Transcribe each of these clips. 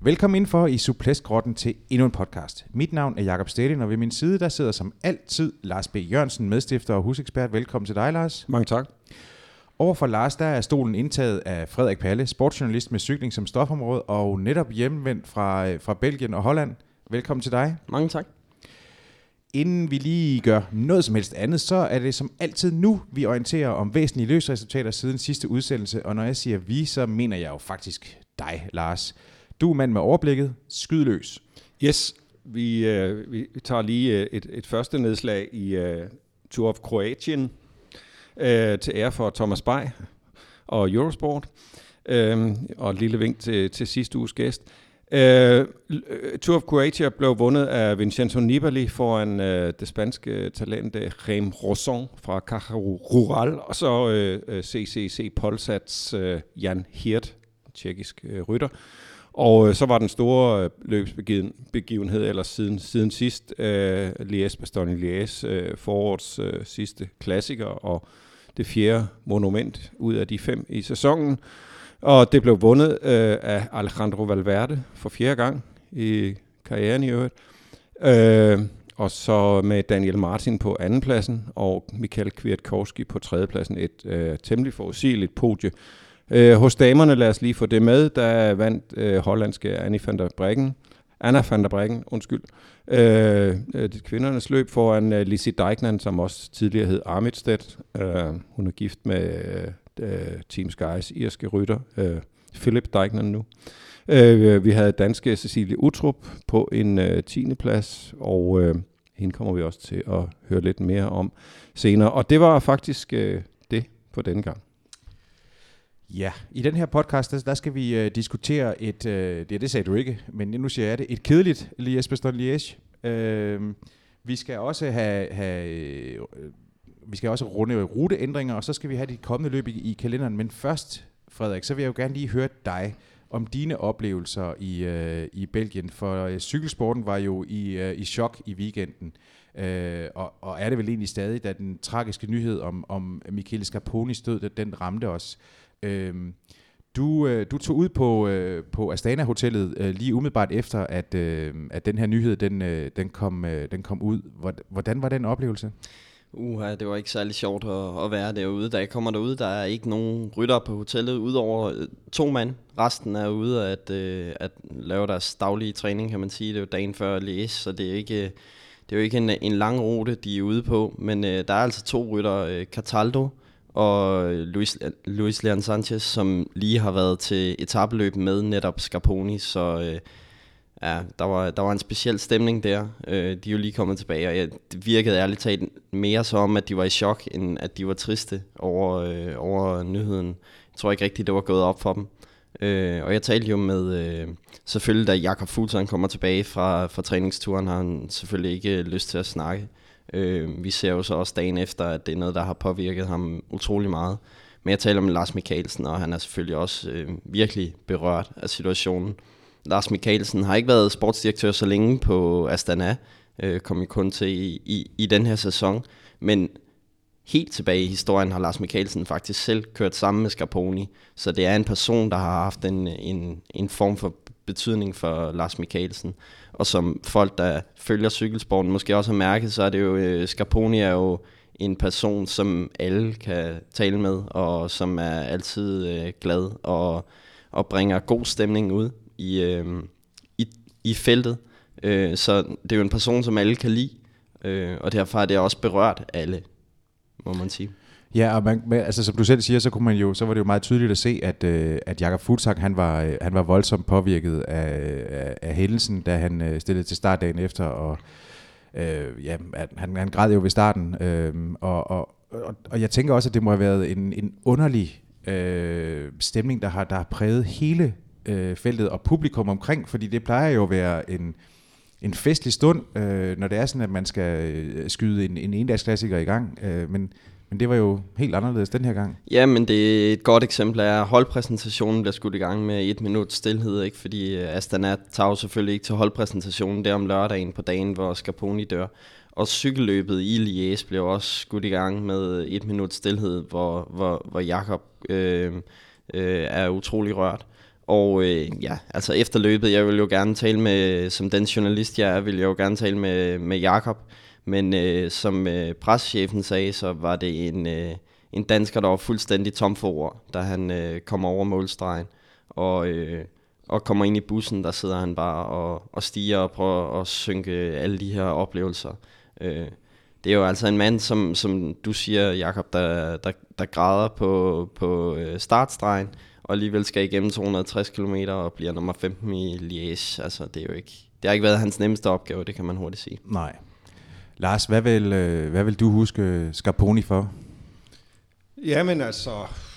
Velkommen indenfor i Supplesgrotten til endnu en podcast. Mit navn er Jakob Stedin, og ved min side der sidder som altid Lars B. Jørgensen, medstifter og husekspert. Velkommen til dig, Lars. Mange tak. Overfor Lars, der er stolen indtaget af Frederik Palle, sportsjournalist med cykling som stofområde, og netop hjemvendt fra Belgien og Holland. Velkommen til dig. Mange tak. Inden vi lige gør noget som helst andet, så er det som altid nu, vi orienterer om væsentlige løsresultater siden sidste udsendelse. Og når jeg siger vi, så mener jeg jo faktisk dig, Lars. Du er mand med overblikket. Skyd løs. Yes, vi tager lige et første nedslag i Tour of Croatien til ære for Thomas Bay og Eurosport. Og et lille vink til sidste uges gæst. Tour of Croatia blev vundet af Vincenzo Nibali foran det spanske talent Rem Rosson fra Caja Rural, og så CCC Polsats Jan Hirt, tjekkisk rytter. Og så var den store løbsbegivenhed, eller siden sidst, Liège-Bastogne-Liège, forårets sidste klassiker, og det 4. monument ud af de 5 i sæsonen. Og det blev vundet af Alejandro Valverde for 4. gang i karrieren i øvrigt. Og så med Daniel Martin på 2. pladsen, og Michael Kwiatkowski på 3. pladsen. Et temmelig forudsigeligt podie. Hos damerne, lad os lige få det med, der vandt hollandske Anna van der Breggen, kvindernes løb foran Lizzie Deignan, som også tidligere hed Armitstedt. Hun er gift med Team Skys irske rytter, Philip Deignan nu. Vi havde danske Cecilie Uttrup på en 10. plads, og hende kommer vi også til at høre lidt mere om senere. Og det var faktisk det for denne gang. Ja, i den her podcast, der skal vi diskutere det sagde du ikke, men nu siger jeg det, et kedeligt Liège-Bastogne-Liège. Vi skal også runde ruteændringer, og så skal vi have de kommende løb i kalenderen. Men først, Frederik, så vil jeg jo gerne lige høre dig om dine oplevelser i Belgien, for cykelsporten var jo i chok i weekenden. Og er det vel egentlig stadig, da den tragiske nyhed om Michele Scarponis død, den ramte os. Du tog ud på Astana Hotellet lige umiddelbart efter, at den her nyhed den kom ud. Hvordan var den oplevelse? Det var ikke særlig sjovt at være derude. Da jeg kommer derud, der er ikke nogen rytter på hotellet, udover 2 mand. Resten er ude at lave deres daglige træning, kan man sige. Det er jo dagen før Liège, så det er jo ikke en lang rute, de er ude på. Men der er altså 2 rytter, Cataldo og Luis Leon Sanchez, som lige har været til etapeløb med netop Scarponi, så der var en speciel stemning der. De er jo lige kommet tilbage, og det virkede ærligt talt mere så om, at de var i chok, end at de var triste over nyheden. Jeg tror ikke rigtigt, det var gået op for dem. Og jeg talte jo med, selvfølgelig da Jakob Fuglsang kommer tilbage fra træningsturen, har han selvfølgelig ikke lyst til at snakke. Vi ser jo så også dagen efter, at det er noget, der har påvirket ham utrolig meget. Men jeg taler med Lars Michaelsen, og han er selvfølgelig også virkelig berørt af situationen. Lars Michaelsen har ikke været sportsdirektør så længe på Astana, kom jo kun til i den her sæson. Men helt tilbage i historien har Lars Michaelsen faktisk selv kørt sammen med Scarponi. Så det er en person, der har haft en form for betydning for Lars Michaelsen. Og som folk, der følger cykelsporten, måske også har mærket, så er det jo, Scarponi er jo en person, som alle kan tale med, og som er altid glad og bringer god stemning ud i feltet. Så det er jo en person, som alle kan lide, og derfor er det også berørt alle, må man sige. Ja, og altså, som du selv siger, så var det jo meget tydeligt at se, at Jakob Fuglsang, han var voldsomt påvirket af hændelsen, da han stillede til start dagen efter, og han græd jo ved starten, og jeg tænker også, at det må have været en underlig stemning, der har præget hele feltet og publikum omkring, fordi det plejer jo at være en festlig stund, når det er sådan, at man skal skyde en endagsklassiker i gang, men det var jo helt anderledes den her gang. Ja, men det er et godt eksempel af, at holdpræsentationen bliver skudt i gang med 1 minut stilhed, ikke? Fordi Astana tager jo selvfølgelig ikke til holdpræsentationen der om lørdagen på dagen, hvor Scarponi dør. Og cykelløbet i Liège blev også skudt i gang med 1 minut stilhed, hvor Jakob er utrolig rørt. Og altså efter løbet, jeg vil jo gerne tale med, som den journalist jeg er, vil jeg jo gerne tale med Jakob. Men som pressechefen sagde, så var det en dansker, der var fuldstændig tom for ord, da han kom over målstregen. Og kommer ind i bussen, der sidder han bare og stiger og prøver at synke alle de her oplevelser. Det er jo altså en mand, som du siger, Jakob, der græder på startstregen, og alligevel skal igennem 260 km og bliver nummer 15 i Liège. Altså, det har ikke været hans nemmeste opgave, det kan man hurtigt sige. Nej. Lars, hvad vil du huske Scarponi for? Jamen altså,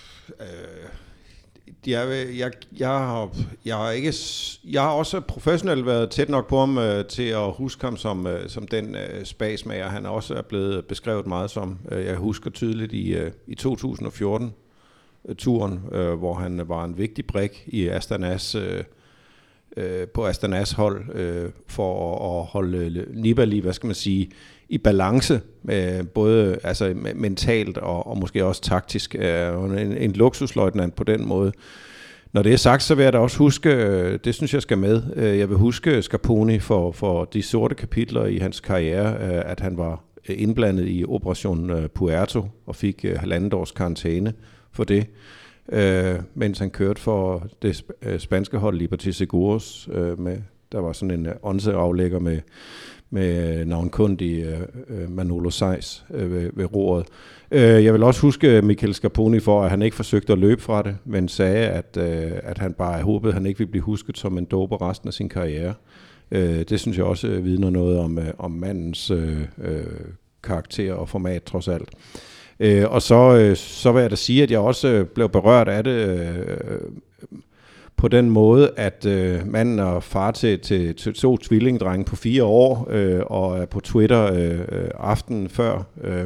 jeg har også professionelt været tæt nok på ham til at huske ham som den spasmager, han også er blevet beskrevet meget som. Jeg husker tydeligt i 2014 turen, hvor han var en vigtig brik i Astanas på Astanas hold for at holde Nibali, hvad skal man sige, i balance, både altså mentalt og måske også taktisk. En luksusløjtnant på den måde. Når det er sagt, så vil jeg da også huske, det synes jeg skal med, jeg vil huske Scarponi for de sorte kapitler i hans karriere, at han var indblandet i Operation Puerto og fik 1,5 års karantæne for det, mens han kørte for det spanske hold Liberty Seguros. Der var sådan en onseaflægger med navnkundig Manolo Saiz ved roret. Jeg vil også huske Michael Scarponi for, at han ikke forsøgte at løbe fra det, men sagde, at han bare håbede, at han ikke ville blive husket som en doper resten af sin karriere. Det synes jeg også vidner noget om mandens karakter og format, trods alt. Og så vil jeg da sige, at jeg også blev berørt af det på den måde, at manden er far til 2 tvillingedrenge på 4 år, og er på Twitter aftenen før,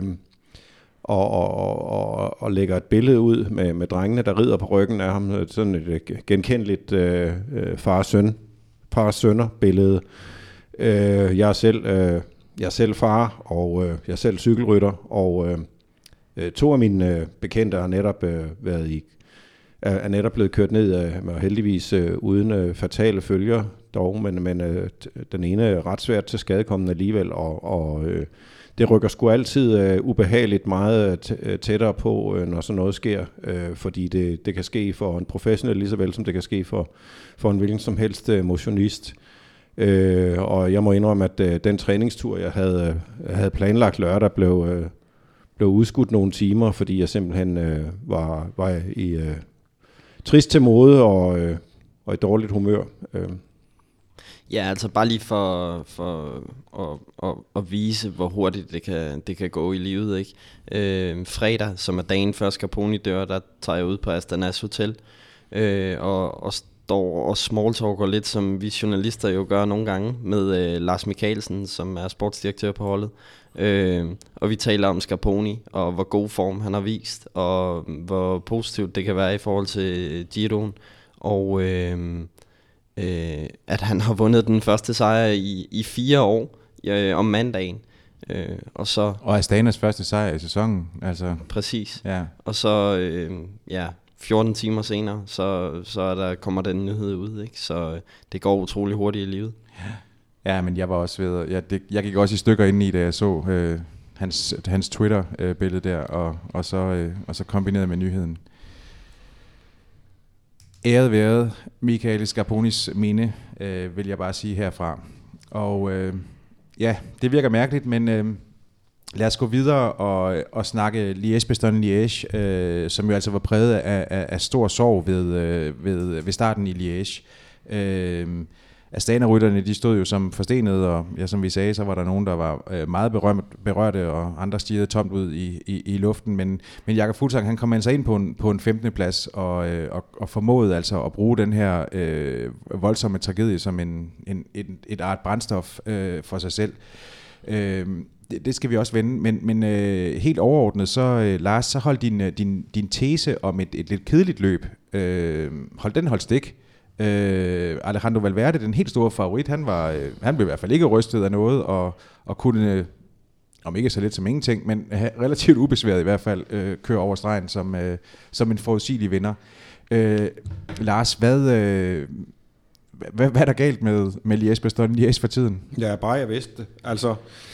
og lægger et billede ud med drengene, der rider på ryggen af ham. Sådan et genkendeligt far-sønner billede. Jeg er selv far, og jeg er selv cykelrytter, og 2 af mine bekendte har netop er netop blevet kørt ned, heldigvis uden fatale følger dog, men den ene er ret svært til skadekommende alligevel, og det rykker sgu altid ubehageligt meget tættere på, når sådan noget sker, fordi det kan ske for en professionel lige så vel, som det kan ske for en hvilken som helst motionist. Og jeg må indrømme, at den træningstur, jeg havde planlagt lørdag, blev udskudt nogle timer, fordi jeg simpelthen var i trist til mode og i dårligt humør. Ja, altså bare lige for at vise, hvor hurtigt det kan gå i livet, ikke? Fredag, som er dagen før Scarponi dør, der tager jeg ud på Astanas Hotel, og står og smalltalker lidt, som vi journalister jo gør nogle gange, med Lars Mikkelsen, som er sportsdirektør på holdet. Og vi taler om Scarponi, og hvor god form han har vist, og hvor positivt det kan være i forhold til Giroen, og at han har vundet den første sejr i 4 år om mandagen. Og Astanas første sejr i sæsonen. Altså. Præcis. Ja. Og så 14 timer senere, så kommer den nyhed ud, ikke? Så det går utrolig hurtigt i livet. Ja, men jeg var også ved, jeg gik også i stykker ind i, da jeg så hans Twitter-billede der, og så kombineret med nyheden. Æret været Michael Scarponis minde, vil jeg bare sige herfra. Og det virker mærkeligt, men lad os gå videre og snakke Liège-Bastogne-Liège, som jo altså var præget af stor sorg ved starten i Liège. Astana-rytterne, de stod jo som forstenet, og som vi sagde, så var der nogen, der var meget berørte, og andre stirrede tomt ud i luften. Men Jakob Fuglsang, han kom altså ind på en 15. plads, og formåede altså at bruge den her voldsomme tragedie som et art brændstof for sig selv. Det skal vi også vende, men helt overordnet, så Lars, så hold din tese om et lidt kedeligt løb. Hold stik. Alejandro Valverde, den helt store favorit, han blev i hvert fald ikke rystet af noget, og kunne, om ikke så lidt som ingenting, men relativt ubesværet i hvert fald, køre over stregen som en forudsigelig vinder. Lars, hvad er der galt med Liège-Bastogne-Liège for tiden? Ja, bare jeg vidste det. Altså,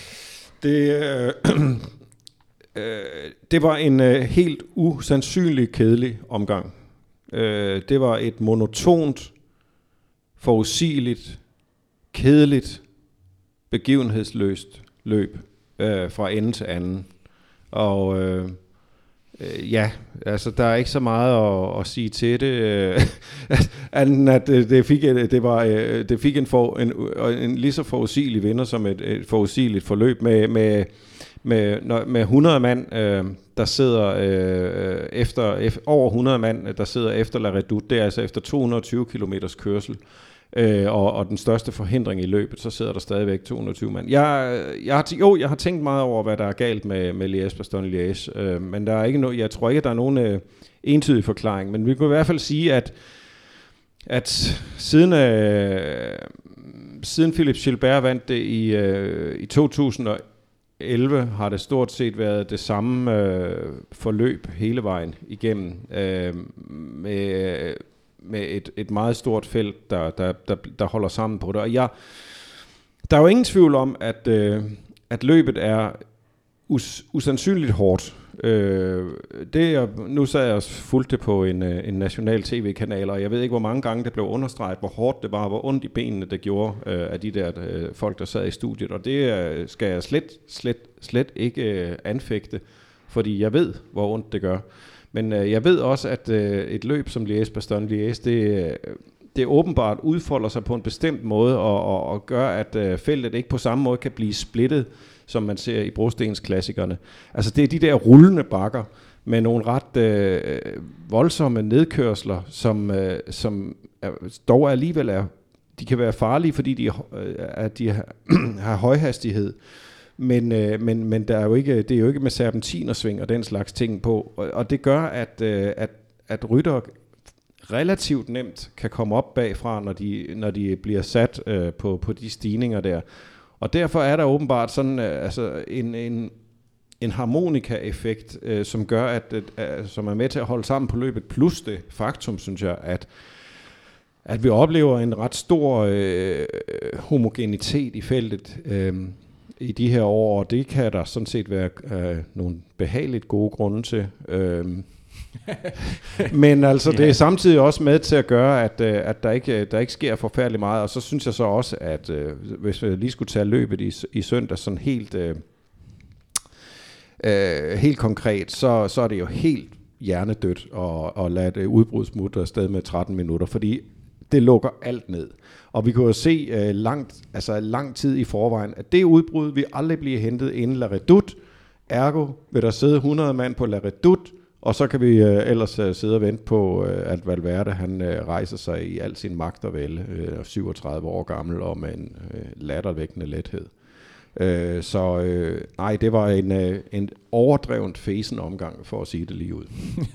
det var en helt usandsynlig kedelig omgang. Det var et monotont, forudsigeligt, kedeligt, begivenhedsløst løb fra ende til anden. Og ja, altså der er ikke så meget at sige til det, anden at det fik en lige så forudsigelig vinder som et forudsigeligt forløb med 100 mand, der sidder over 100 mand, der sidder efter La Redoute. Det er altså efter 220 kilometers kørsel. Og den største forhindring i løbet, så sidder der stadigvæk 220 mand. Jeg har tænkt meget over, hvad der er galt med Liège-Bastogne-Liège, men der er ikke jeg tror ikke, der er nogen entydig forklaring, men vi kan i hvert fald sige, at siden Philippe Gilbert vandt det i 2011, har det stort set været det samme forløb hele vejen igennem, med et meget stort felt, der holder sammen på det. Og der er jo ingen tvivl om, at løbet er usandsynligt hårdt. Nu sad jeg og fulgte det på en national tv-kanal, og jeg ved ikke, hvor mange gange det blev understreget, hvor hårdt det var, hvor ondt i benene det gjorde af de der folk, der sad i studiet. Og det skal jeg slet ikke anfægte, fordi jeg ved, hvor ondt det gør. Men jeg ved også, at et løb som Liège-Bastogne-Liège, det åbenbart udfolder sig på en bestemt måde, og gør, at feltet ikke på samme måde kan blive splittet, som man ser i brostensklassikerne. Altså det er de der rullende bakker med nogle ret voldsomme nedkørsler, som dog alligevel de kan være farlige, fordi de har høj hastighed. Men der er jo ikke, det er jo ikke med serpentinersving og den slags ting på, og det gør, at ryttere relativt nemt kan komme op bagfra, når de bliver sat på de stigninger der. Og derfor er der åbenbart sådan en harmonika-effekt, som gør, som er med til at holde sammen på løbet, plus det faktum, synes jeg, at vi oplever en ret stor homogenitet i feltet i de her år, og det kan der sådan set være nogle behageligt gode grunde til. Men altså, det er samtidig også med til at gøre, at der ikke sker forfærdeligt meget, og så synes jeg så også, at hvis vi lige skulle tage løbet i søndag sådan helt konkret, så er det jo helt hjernedødt at lade det udbrud smutte afsted med 13 minutter, fordi det lukker alt ned. Og vi kunne jo se lang tid i forvejen, at det udbrud vil aldrig blive hentet inden La Redoute. Ergo vil der sidde 100 mand på La Redoute, og så kan vi ellers sidde og vente på, at Valverde han rejser sig i al sin magt og vælge, 37 år gammel og med en lattervækkende lethed. Nej, det var en overdrevent fesen omgang, for at sige det lige ud.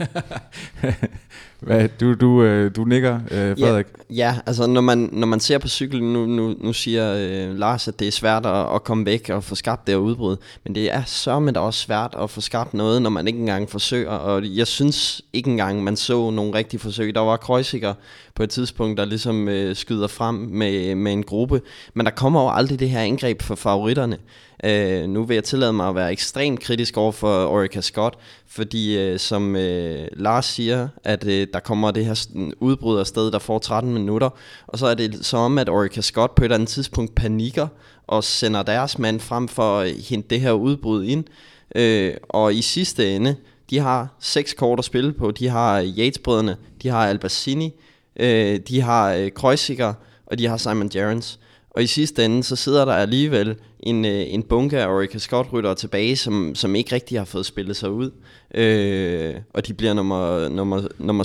Hvad, du nikker, Frederik? Ja, altså når man ser på cyklen, nu siger Lars, at det er svært at komme væk og få skabt det her udbrud, men det er sørme da også svært at få skabt noget, når man ikke engang forsøger, og jeg synes ikke engang, man så nogle rigtige forsøg. Der var Kreuziger på et tidspunkt, der ligesom skyder frem med en gruppe, men der kommer jo aldrig det her angreb for favoritterne. Nu vil jeg tillade mig at være ekstremt kritisk over for Orica Scott, fordi som Lars siger, at der kommer det her udbrud afsted, der får 13 minutter, og så er det som om, at Orica Scott på et eller andet tidspunkt panikker og sender deres mand frem for at hente det her udbrud ind, og i sidste ende, de har 6 kort at spille på. De har Yates-brødrene, de har Albacini, de har Kreuziger, og de har Simon Gerrans. Og i sidste ende, så sidder der alligevel en bunke af Orica Scott-ryttere tilbage, som ikke rigtig har fået spillet sig ud. Og de bliver nummer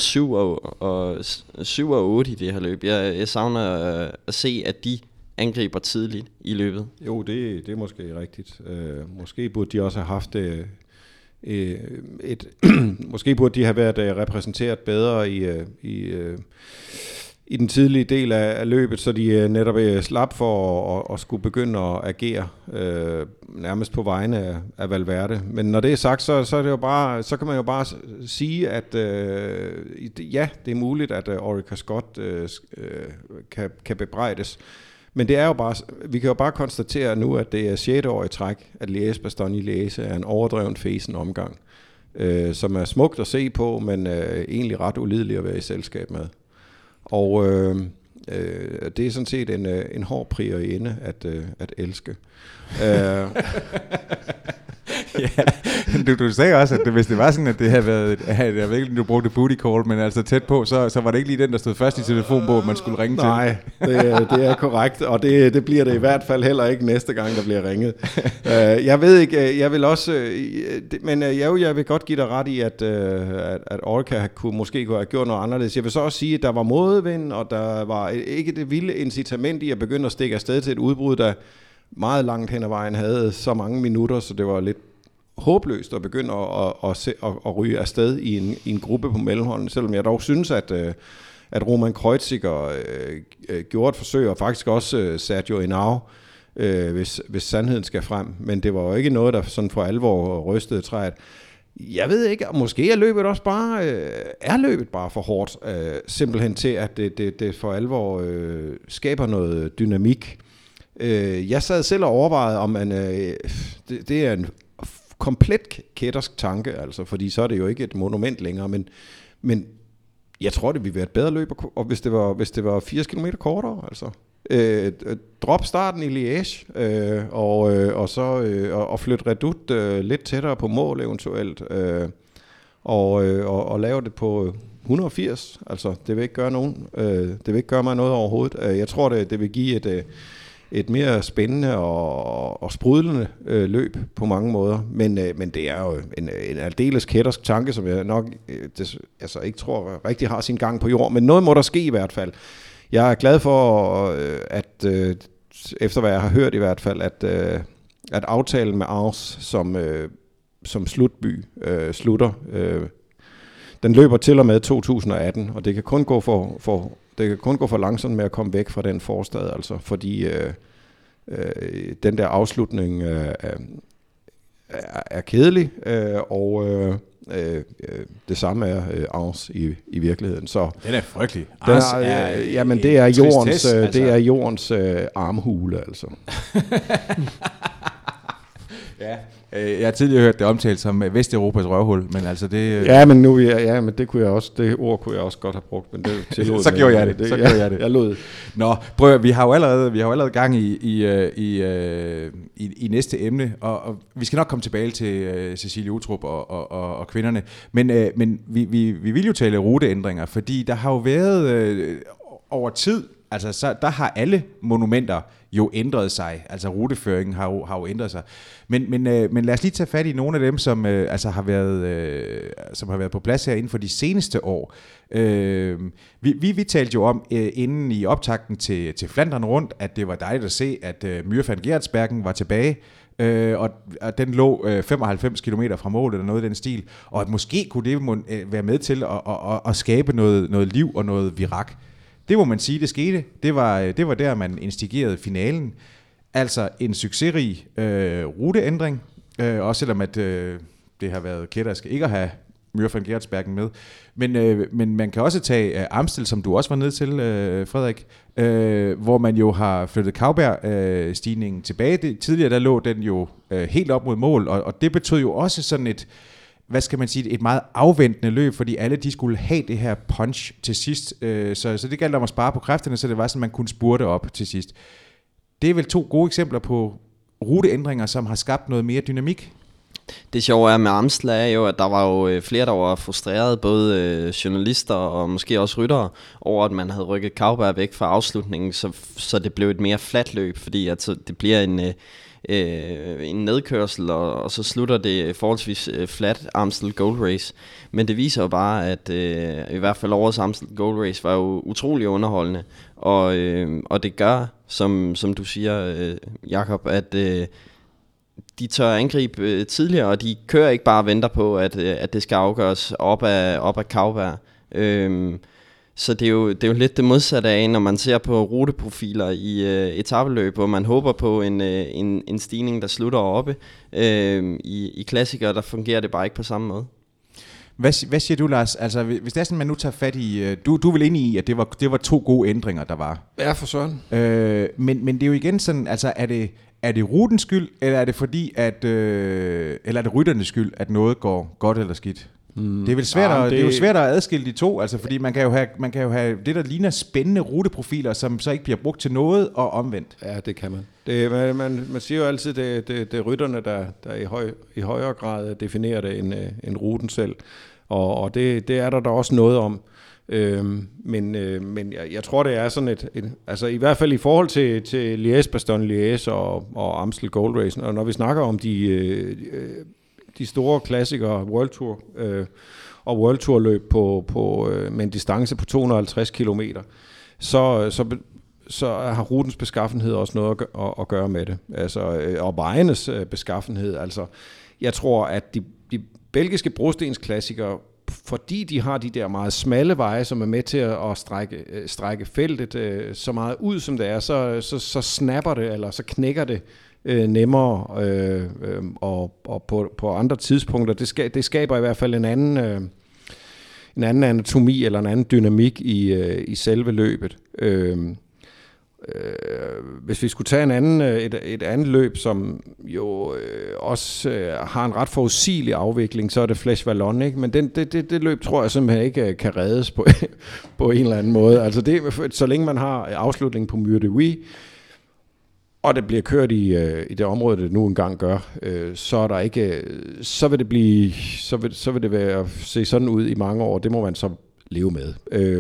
7 og 8 i det her løb. Jeg savner at se, at de angriber tidligt i løbet. Jo, det er måske rigtigt. Måske burde de også have haft måske burde de have været repræsenteret bedre i den tidlige del af løbet, så de netop slap for at skulle begynde at agere nærmest på vegne af Valverde. Men når det er sagt, så er det jo bare, så kan man jo bare sige, at ja, det er muligt, at Orica Scott kan bebrejdes. Men det er jo bare, vi kan jo bare konstatere nu, at det er 6. år i træk, at Liège-Bastogne-Liège er en overdreven fesen omgang, som er smukt at se på, men egentlig ret ulidelig at være i selskab med. Og det er sådan set en hård priorinde at elske. Ja, du sagde også, at hvis det var sådan, at det havde været, jeg ved ikke, du brugte booty call, men altså tæt på, så var det ikke lige den, der stod først i telefonbogen, man skulle ringe til. Nej, det er korrekt, og det bliver det i hvert fald heller ikke næste gang, der bliver ringet. Jeg ved ikke, jeg vil også, men jeg vil godt give dig ret i, at Orica måske kunne have gjort noget anderledes. Jeg vil så også sige, at der var modvind, og der var ikke det vilde incitament i at begynde at stikke afsted til et udbrud, der meget langt hen ad vejen havde så mange minutter, så det var lidt håbløst at begynde at ryge afsted i en gruppe på mellemhånden, selvom jeg dog synes, at Roman Kreuziger gjorde et forsøg, og faktisk også Sergio Henao, hvis sandheden skal frem, men det var jo ikke noget, der sådan for alvor rystede træet. Jeg ved ikke, måske er løbet også bare for hårdt, simpelthen til, at det for alvor skaber noget dynamik. Jeg sad selv og overvejede, om man, det er en komplet kættersk tanke, altså, fordi så er det jo ikke et monument længere, men jeg tror, det ville være et bedre løb, og hvis det var 80 km kortere, altså. Drop starten i Liège, og flytte Redoute lidt tættere på mål eventuelt, og lave det på 180, altså det vil ikke gøre det vil ikke gøre mig noget overhovedet. Jeg tror, det vil give et mere spændende og sprudlende løb på mange måder, men det er jo en aldeles kættersk tanke, som jeg nok ikke tror rigtig har sin gang på jord, men noget må der ske i hvert fald. Jeg er glad for, at efter hvad jeg har hørt i hvert fald, at aftalen med Ars som slutby slutter. Den løber til og med 2018, og det kan kun gå for langsomt med at komme væk fra den forstad, altså, fordi den der afslutning er kedelig, og det samme er Ars i virkeligheden. Så den er frygtelig. Jamen det er jordens, altså. Det er jordens armhule, altså. Ja. Jeg har tidligere hørt det omtalt som Vesteuropas røvhul, men altså det... Ja, men men det ord kunne jeg også godt have brugt, men det tillod så gjorde jeg det. Jeg lod. Nå, prøv, vi har jo allerede gang i næste emne, og vi skal nok komme tilbage til Cecilie Uttrup og kvinderne, men vi vil jo tale ruteændringer, fordi der har jo været over tid, altså så der har alle monumenter jo ændret sig, altså ruteføringen har jo ændret sig. Men lad os lige tage fat i nogle af dem, som har været på plads her inden for de seneste år. Vi talte jo om inden i optakten til Flandern rundt, at det var dejligt at se, at Muir van Giertsbergen var tilbage, og den lå 95 km fra mål eller noget i den stil, og at måske kunne det være med til at skabe noget liv og noget virak. Det må man sige, det skete. Det var der, man instigerede finalen. Altså en succesrig ruteændring. Også selvom at det har været kættersk ikke at have Muir van Giertsbergen med. Men man kan også tage Amstel, som du også var nede til, Frederik, hvor man jo har flyttet Kauberg-stigningen tilbage. Tidligere der lå den jo helt op mod mål, og det betød jo også sådan et, hvad skal man sige, et meget afventende løb, fordi alle de skulle have det her punch til sidst. Så det galt om at spare på kræfterne, så det var sådan, man kunne spurte op til sidst. Det er vel 2 gode eksempler på ruteændringer, som har skabt noget mere dynamik. Det sjove er med Amstel er jo, at der var jo flere, der var frustreret, både journalister og måske også ryttere, over at man havde rykket Kauberg væk fra afslutningen, så det blev et mere fladt løb, fordi altså, det bliver en nedkørsel, og så slutter det forholdsvis flat Amstel Gold Race. Men det viser jo bare, at i hvert fald årets Amstel Gold Race var jo utrolig underholdende, og det gør, som du siger, Jakob, at de tør angribe tidligere, og de kører ikke bare og venter på, at det skal afgøres op af Kauberg. Så det er jo lidt det modsatte af, når man ser på ruteprofiler i etapeløb, hvor man håber på en stigning, der slutter oppe. I klassikere, der fungerer det bare ikke på samme måde. Hvad siger du, Lars? Altså, hvis det er sådan, man nu tager fat i... Du er vel inde i, at det var 2 gode ændringer, der var? Ja, for søren. Men det er jo igen sådan, altså er det rutens skyld, eller er det fordi, eller er det rytternes skyld, at noget går godt eller skidt? Det er vel svært, det er jo svært at adskille de to, altså fordi man kan jo have det, der ligner spændende ruteprofiler, som så ikke bliver brugt til noget, og omvendt. Ja, det kan man. Man siger jo altid, det er rytterne, der i højere grad definerer det end ruten selv, og det er der også noget om. Men jeg tror, det er sådan altså i hvert fald i forhold til Liège-Bastogne-Liège og Amstel Gold Race, og når vi snakker om de store klassikere, World Tour og World Tour løb med en distance på 250 km, så har rutens beskaffenhed også noget at gøre med det. Altså, og vejenes beskaffenhed. Altså, jeg tror, at de belgiske brostensklassikere, fordi de har de der meget smalle veje, som er med til at strække feltet så meget ud, som det er, så snapper det, eller så knækker det nemmere, og på andre tidspunkter. Det skaber i hvert fald en anden anatomi, eller en anden dynamik i selve løbet. Hvis vi skulle tage et andet løb, som jo også har en ret forudsigelig afvikling, så er det Flèche Wallonne, ikke? Men det løb tror jeg simpelthen ikke kan reddes på en eller anden måde. Altså så længe man har afslutningen på Mur de Huy, og det bliver kørt i det område, det nu engang gør, så vil det være se sådan ud i mange år. Det må man så leve med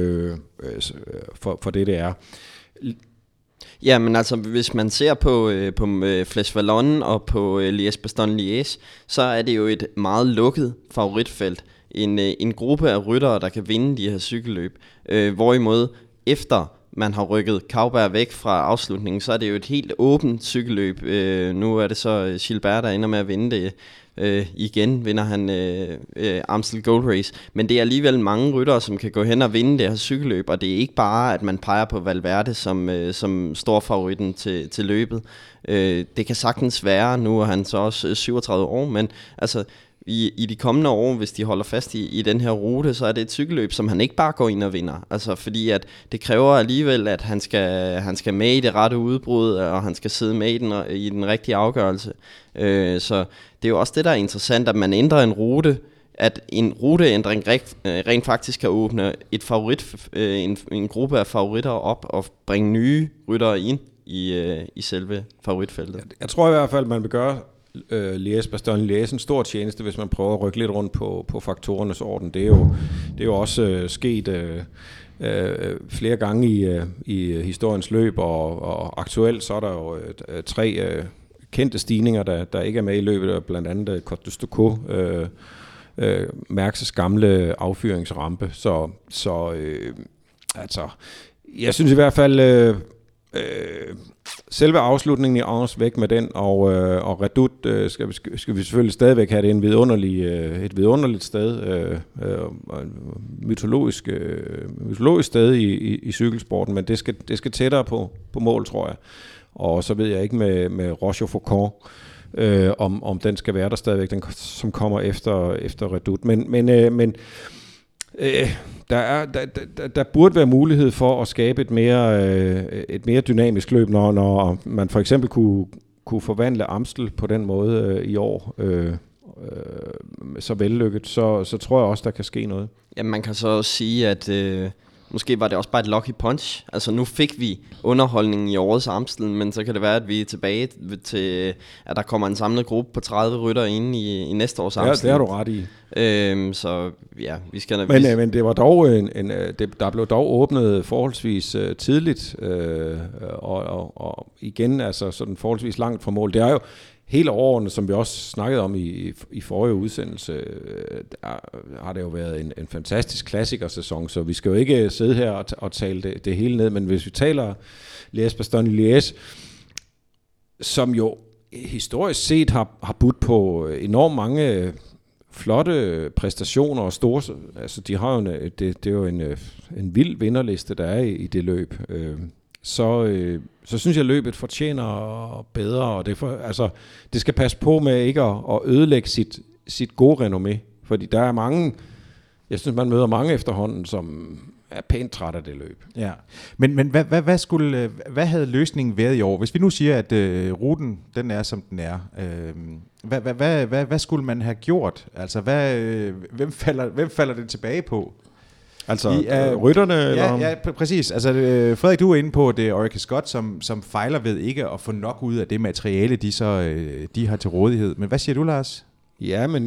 for det er. Ja, men altså, hvis man ser på Flèche Wallonne og på Liège-Bastogne-Liège, så er det jo et meget lukket favoritfelt. En gruppe af ryttere, der kan vinde de her cykelløb. Hvorimod efter man har rykket Kauberg væk fra afslutningen, så er det jo et helt åbent cykelløb. Nu er det så Gilbert, der ender med at vinde det. Igen vinder han Amstel Gold Race, men det er alligevel mange ryttere, som kan gå hen og vinde det her cykelløb, og det er ikke bare, at man peger på Valverde som storfavoritten til løbet. Det kan sagtens være, nu er han så også 37 år, men altså i de kommende år, hvis de holder fast i den her rute, så er det et cykelløb, som han ikke bare går ind og vinder. Altså fordi at det kræver alligevel, at han skal med i det rette udbrud, og han skal sidde med i den rigtige afgørelse. Så det er jo også det, der er interessant, at man ændrer en rute, at en ruteændring rent faktisk kan åbne en gruppe af favoritter op og bringe nye ryttere ind i selve favoritfeltet. Jeg tror i hvert fald, man vil gøre Liège-Bastogne-Liège en stor tjeneste, hvis man prøver at rykke lidt rundt på faktorernes orden. Det er jo også sket flere gange i historiens løb, og aktuelt så er der jo 3 kendte stigninger, der ikke er med i løbet, blandt andet Côte de Stockaux, Mærkses gamle affyringsrampe. Så altså, jeg synes i hvert fald, selve afslutningen i Angers væk med den, og Redoute skal vi selvfølgelig stadigvæk have det et vidunderligt sted, mytologisk sted i cykelsporten, men det skal tættere på mål, tror jeg. Og så ved jeg ikke med Rochefoucauld, om den skal være der stadigvæk, den som kommer efter Redoute. Men der burde være mulighed for at skabe et mere dynamisk løb, når man for eksempel kunne forvandle Amstel på den måde i år, så vellykket, så tror jeg også, der kan ske noget. Ja, man kan så også sige, at måske var det også bare et lucky punch. Altså nu fik vi underholdningen i årets Amstel, men så kan det være, at vi er tilbage til, at der kommer en samlet gruppe på 30 rytter inde i næste års Amstel. Ja, det har du ret i. Så ja, vi skal... Men det var dog der blev dog åbnet forholdsvis tidligt, og igen altså sådan forholdsvis langt fra mål. Det er jo hele årene, som vi også snakkede om i forrige udsendelse, har det jo været en fantastisk klassikersæson, så vi skal jo ikke sidde her og tale det hele ned, men hvis vi taler Liège-Bastogne-Liège, som jo historisk set har budt på enormt mange flotte præstationer og store, altså de har jo det er jo en vild vinderliste, der er i det løb. Så synes jeg, løbet fortjener bedre, og det skal passe på med ikke at ødelægge sit gode renommé, fordi der er mange, jeg synes, man møder mange efterhånden, som er pænt træt af det løb. Ja, men hvad havde løsningen været i år? Hvis vi nu siger, at ruten, den er, som den er, hvad skulle man have gjort? Altså, hvem falder det tilbage på? Altså rytterne? Ja, præcis. Altså, Frederik, du er inde på, det Orica Scott, som fejler ved ikke at få nok ud af det materiale, de har til rådighed. Men hvad siger du, Lars? Ja, men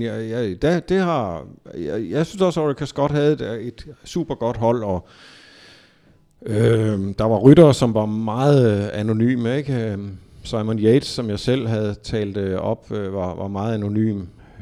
jeg synes også, at Orica Scott havde et super godt hold, og der var ryttere, som var meget anonyme, ikke? Simon Yates, som jeg selv havde talt op, var meget anonym.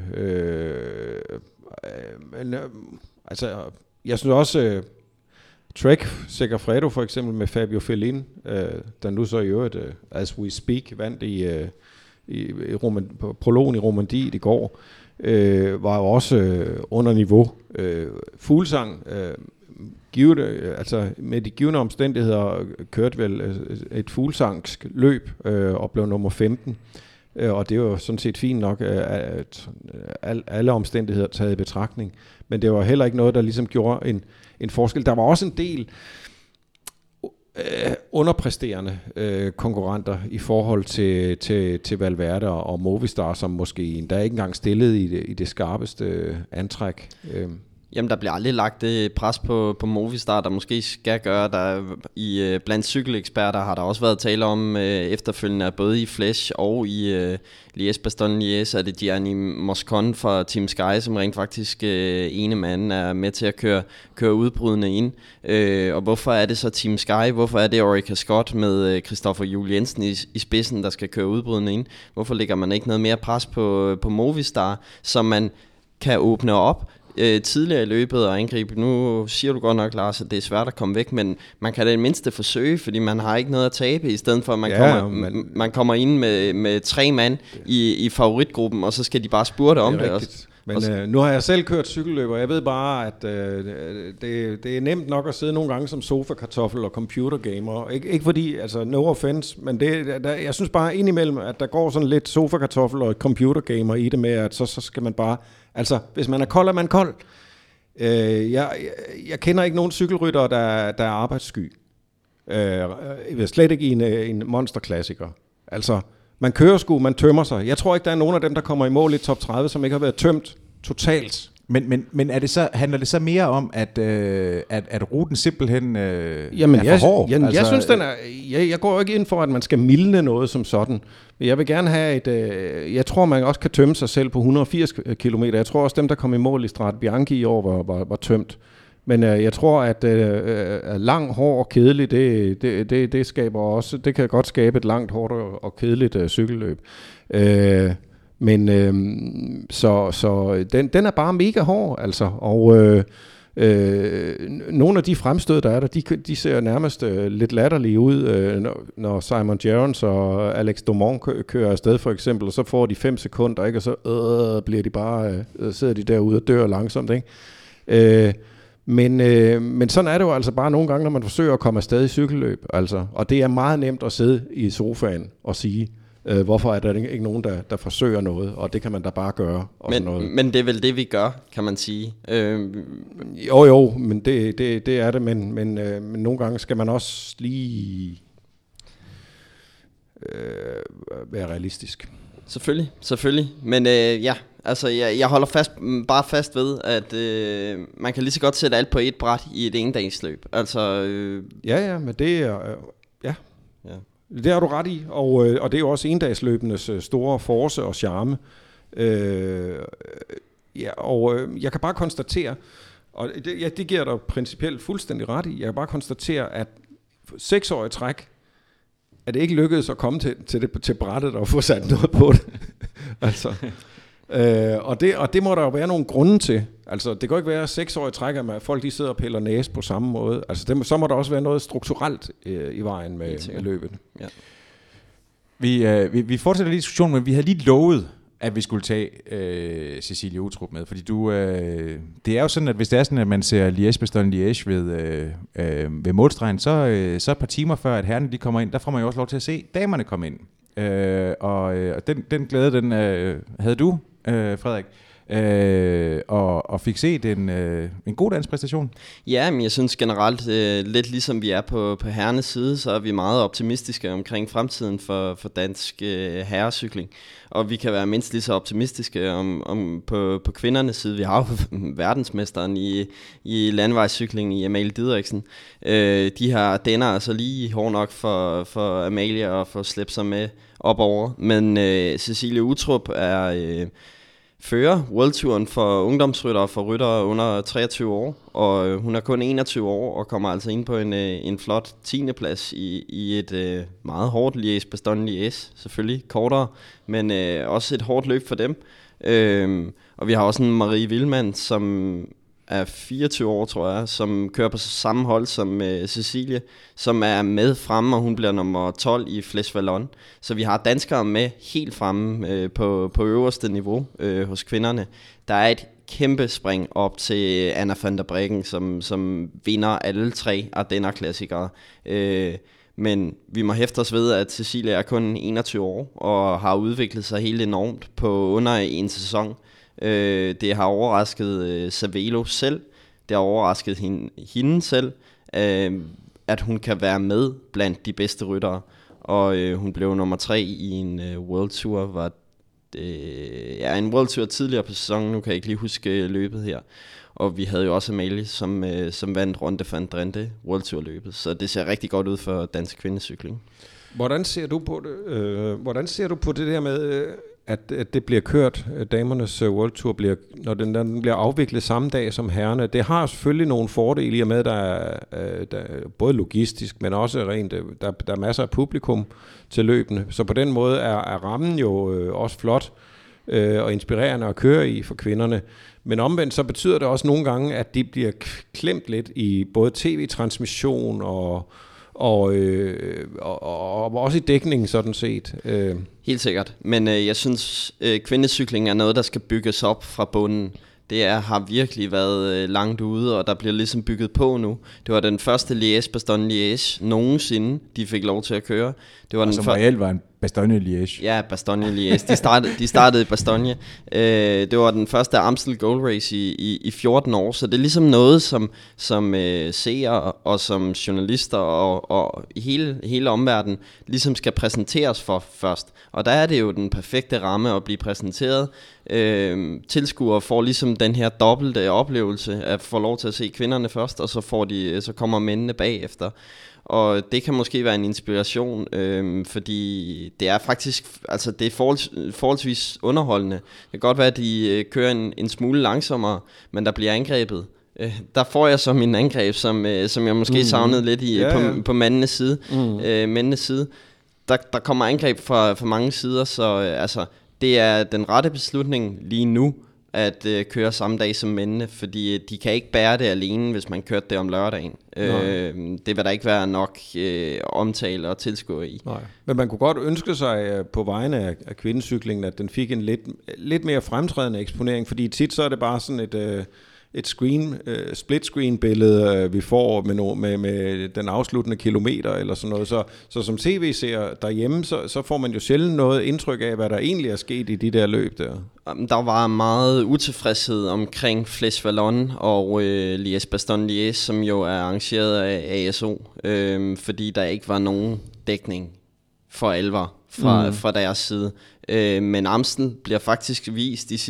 Jeg synes også, Trek Segafredo for eksempel med Fabio Fellin, der nu så i øvrigt, as we speak, vandt i prologen i Romandie i går, var jo også under niveau. Fuglsang, med de givne omstændigheder, kørte vel et fuglsangsk løb og blev nummer 15. Og det var jo sådan set fint nok, at alle omstændigheder taget i betragtning. Men det var heller ikke noget, der ligesom gjorde en forskel. Der var også en del underpræsterende konkurrenter i forhold til Valverde og Movistar, som måske endda ikke engang stillede i det skarpeste antræk. Jamen, der bliver aldrig lagt det pres på Movistar, der måske skal gøre. Der blandt cykeleksperter har der også været tale om efterfølgende, både i Flèche og i Liège-Bastogne-Liège, er det Gianni Moscon fra Team Sky, som rent faktisk ene mand er med til at køre udbrydende ind. Og hvorfor er det så Team Sky? Hvorfor er det Orica Scott med Christopher Juhl Jensen i spidsen, der skal køre udbrydende ind? Hvorfor lægger man ikke noget mere pres på Movistar, så man kan åbne op tidligere i løbet og angribe? Nu siger du godt nok, Lars, at det er svært at komme væk, men man kan det mindste forsøge, fordi man har ikke noget at tabe, i stedet for at man kommer ind med 3 mand i favoritgruppen, og så skal de bare spurte om det også. Men nu har jeg selv kørt cykelløb, og jeg ved bare, at det er nemt nok at sidde nogle gange som sofa-kartoffel og computergamer. Ikke fordi, altså no offense, men jeg synes bare indimellem, at der går sådan lidt sofa-kartoffel og computergamer i det med, at så skal man bare, altså hvis man er kold, er man kold. Jeg kender ikke nogen cykelryttere, der er arbejdssky. Slet ikke i en monsterklassiker. Altså, man kører sgu, man tømmer sig. Jeg tror ikke, der er nogen af dem, der kommer i mål i top 30, som ikke har været tømt totalt. Men er det så, handler det så mere om, at ruten simpelthen er for hård? Jeg synes, jeg går jo ikke ind for, at man skal mildne noget som sådan. Jeg vil gerne have jeg tror, man også kan tømme sig selv på 180 km. Jeg tror også, dem, der kom i mål i Strade Bianche i år, var tømt. Men jeg tror, at lang, hård og kedelig, det skaber også, det kan godt skabe et langt, hårdt og kedeligt cykelløb. Så den er bare mega hård, altså. Og nogle af de fremstød, der er der, de ser nærmest lidt latterlige ud, når Simon Gerrans og Alex Domon kører afsted for eksempel, og så får de 5 sekunder, ikke? Og så bliver de bare, sidder de derude og dør langsomt, ikke? Men sådan er det jo altså bare nogle gange, når man forsøger at komme afsted i cykelløb. Altså. Og det er meget nemt at sidde i sofaen og sige, hvorfor er der ikke nogen, der forsøger noget, og det kan man da bare gøre. Men det er vel det, vi gør, kan man sige. Jo, men det er det, men nogle gange skal man også lige være realistisk. Selvfølgelig. Men altså jeg holder bare fast ved, at man kan lige så godt sætte alt på et bræt i et endagsløb. Altså Ja, men det er ja. Det har du ret i, og det er jo også endagsløbenes store force og charme. Jeg kan bare konstatere, og det giver dig principielt fuldstændig ret i, jeg kan bare konstatere, at 6 år i træk, at det ikke lykkedes at komme til brættet og få sat noget på det. Altså, og det må der jo være nogle grunde til. Altså, det kan ikke være 6 år i træk, at folk de sidder og piller næse på samme måde. Altså, så må der også være noget strukturelt i vejen med løbet. Ja. Vi fortsætter lige diskussionen, men vi havde lige lovet, at vi skulle tage Cecilie Utrup med, fordi det er jo sådan, at hvis det er sådan, at man ser Liège-Bastogne-Liège ved målstregen, så et par timer før, at herrerne de kommer ind, der får man jo også lov til at se damerne komme ind. Og den glæde, den havde du, Frederik, og fik set en god danspræstation. Ja, men jeg synes generelt, lidt ligesom vi er på herrenes side, så er vi meget optimistiske omkring fremtiden for dansk herrecykling. Og vi kan være mindst lige så optimistiske på kvindernes side. Vi har jo verdensmesteren i landevejscykling i Amalie Didriksen. De her denner altså lige hård nok for Amalie at få slæbt sig med op over. Men Cecilie Utrup er fører Worldtouren for ungdomsryttere for ryttere under 23 år, og hun er kun 21 år og kommer altså ind på en flot 10. plads i et meget hårdt Liège-Bastogne-Liège, selvfølgelig kortere, men også et hårdt løb for dem. Og vi har også en Marie Wilman, som er 24 år, tror jeg, som kører på samme hold som Cecilie, som er med fremme, og hun bliver nummer 12 i Flèche Wallonne. Så vi har danskere med helt fremme på øverste niveau hos kvinderne. Der er et kæmpe spring op til Anna van der Breggen, som vinder alle 3 Ardenner-klassikere. Men vi må hæfte os ved, at Cecilie er kun 21 år, og har udviklet sig helt enormt på under en sæson. Det har overrasket Cervelo selv, det har overrasket hende selv, at hun kan være med blandt de bedste ryttere, og hun blev nummer 3 i en World Tour, en World Tour tidligere på sæsonen, nu kan jeg ikke lige huske løbet her, og vi havde jo også Amalie, som vandt Ronde van Drenthe World Tour løbet, så det ser rigtig godt ud for dansk kvindecykling. Hvordan ser du på det? Hvordan ser du på det der med at det bliver kørt, damernes World Tour når den bliver afviklet samme dag som herrerne? Det har selvfølgelig nogle fordele i og med, der er både logistisk, men også rent, der er masser af publikum til løbene. Så på den måde er rammen jo også flot og inspirerende at køre i for kvinderne. Men omvendt så betyder det også nogle gange, at de bliver klemt lidt i både tv-transmission og også i dækningen sådan set. Helt sikkert, men jeg synes kvindecykling er noget, der skal bygges op fra bunden. Det har virkelig været langt ude, og der bliver ligesom bygget på nu. Det var den første Liège-Bastogne-Liège nogensinde, de fik lov til at køre. Det var som reelt var en Bastogne-Liège. Ja, Bastogne-Liège. De startede i Bastogne. Det var den første Amstel Gold Race i 14 år, så det er ligesom noget, som seere og som journalister og hele omverdenen ligesom skal præsenteres for først. Og der er det jo den perfekte ramme at blive præsenteret. Tilskuere får ligesom den her dobbelte oplevelse at få lov til at se kvinderne først, og så kommer mændene bagefter. Og det kan måske være en inspiration, fordi det er faktisk, altså det er forholdsvis underholdende. Det kan godt være, at de kører en smule langsommere, men der bliver angrebet. Der får jeg så min angreb, som jeg måske savnede lidt på mændenes side. Mændenes side. Der kommer angreb fra mange sider, så altså det er den rette beslutning lige nu at køre samme dag som mændene, fordi de kan ikke bære det alene, hvis man kørte det om lørdagen. Det vil der ikke være nok omtale og tilskuere i. Nej. Men man kunne godt ønske sig på vegne af kvindecyklingen, at den fik en lidt mere fremtrædende eksponering, fordi tit så er det bare sådan et split screen billede vi får med den afsluttende kilometer eller sådan noget. Så som tv-seer derhjemme, så får man jo sjældent noget indtryk af, hvad der egentlig er sket i de der løb der. Der var meget utilfredshed omkring Flèche Wallonne og Liège-Bastogne-Liège, som jo er arrangeret af ASO, fordi der ikke var nogen dækning for alvor fra deres side. Men Amstel bliver faktisk vist de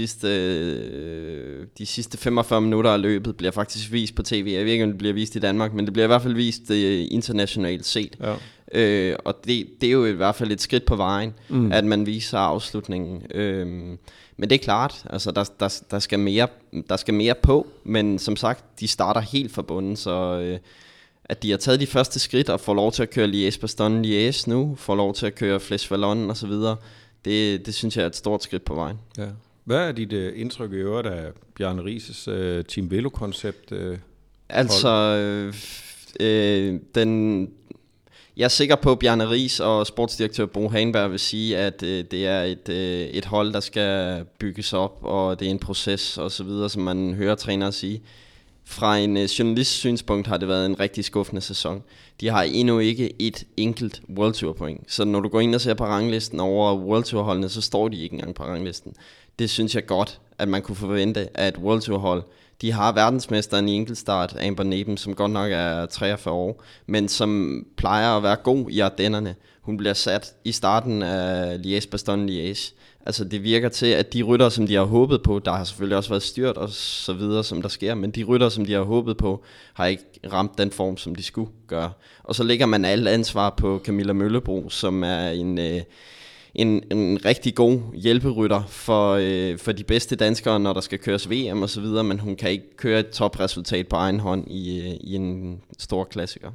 sidste 45 minutter af løbet bliver faktisk vist på tv. Jeg ved ikke, om det bliver vist i Danmark, men det bliver i hvert fald vist internationalt set. Ja. Og det er jo i hvert fald et skridt på vejen, at man viser afslutningen. Men det er klart, altså der skal mere på, men som sagt, de starter helt fra bunden, så at de har taget de første skridt og får lov til at køre Liège-Bastogne-Liège nu, får lov til at køre Flèche Wallonne og så videre. Det synes jeg er et stort skridt på vejen. Ja. Hvad er dit indtryk i øvrigt af Bjarne Rises Team Velo-koncept? Jeg er sikker på, at Bjarne Riis og sportsdirektør Bo Hagenberg vil sige, at det er et hold, der skal bygges op, og det er en proces og så videre, som man hører trænere sige. Fra en journalists synspunkt har det været en rigtig skuffende sæson. De har endnu ikke et enkelt World Tour point. Så når du går ind og ser på ranglisten over World Tour holdene, så står de ikke engang på ranglisten. Det synes jeg godt, at man kunne forvente af et World Tour hold. De har verdensmesteren i enkeltstart, Amber Neben, som godt nok er 43 år, men som plejer at være god i Ardennerne. Hun bliver sat i starten af Liège-Bastogne-Liège. Altså det virker til, at de rytter, som de har håbet på, der har selvfølgelig også været styrt og så videre, som der sker, men de rytter, som de har håbet på, har ikke ramt den form, som de skulle gøre. Og så lægger man alt ansvar på Camilla Møllebro, som er en rigtig god hjælperytter for de bedste danskere, når der skal køres VM og så videre, men hun kan ikke køre et topresultat på egen hånd i en stor klassiker.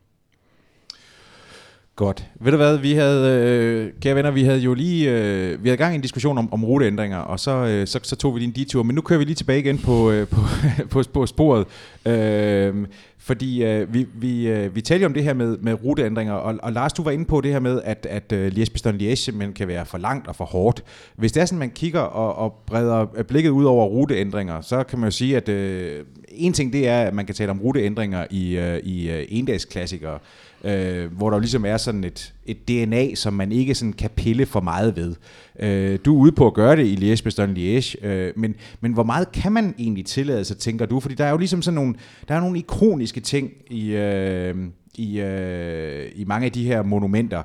Godt. Ved du hvad, vi havde, kære venner, vi havde jo lige, vi havde gang i en diskussion om ruteændringer, og så tog vi lige en detur, men nu kører vi lige tilbage igen på sporet, fordi vi talte om det her med ruteændringer, og Lars, du var inde på det her med, at Liège-Bastogne-Liège simpelthen kan være for langt og for hårdt. Hvis det er sådan, man kigger og breder blikket ud over ruteændringer, så kan man jo sige, at en ting det er, at man kan tale om ruteændringer i endagsklassikere, hvor der ligesom er sådan et DNA, som man ikke sådan kan pille for meget ved. Du er ude på at gøre det i Liège-Bastogne-Liège, men hvor meget kan man egentlig tillade sig, tænker du? Fordi der er jo ligesom sådan nogle ikoniske ting i mange af de her monumenter,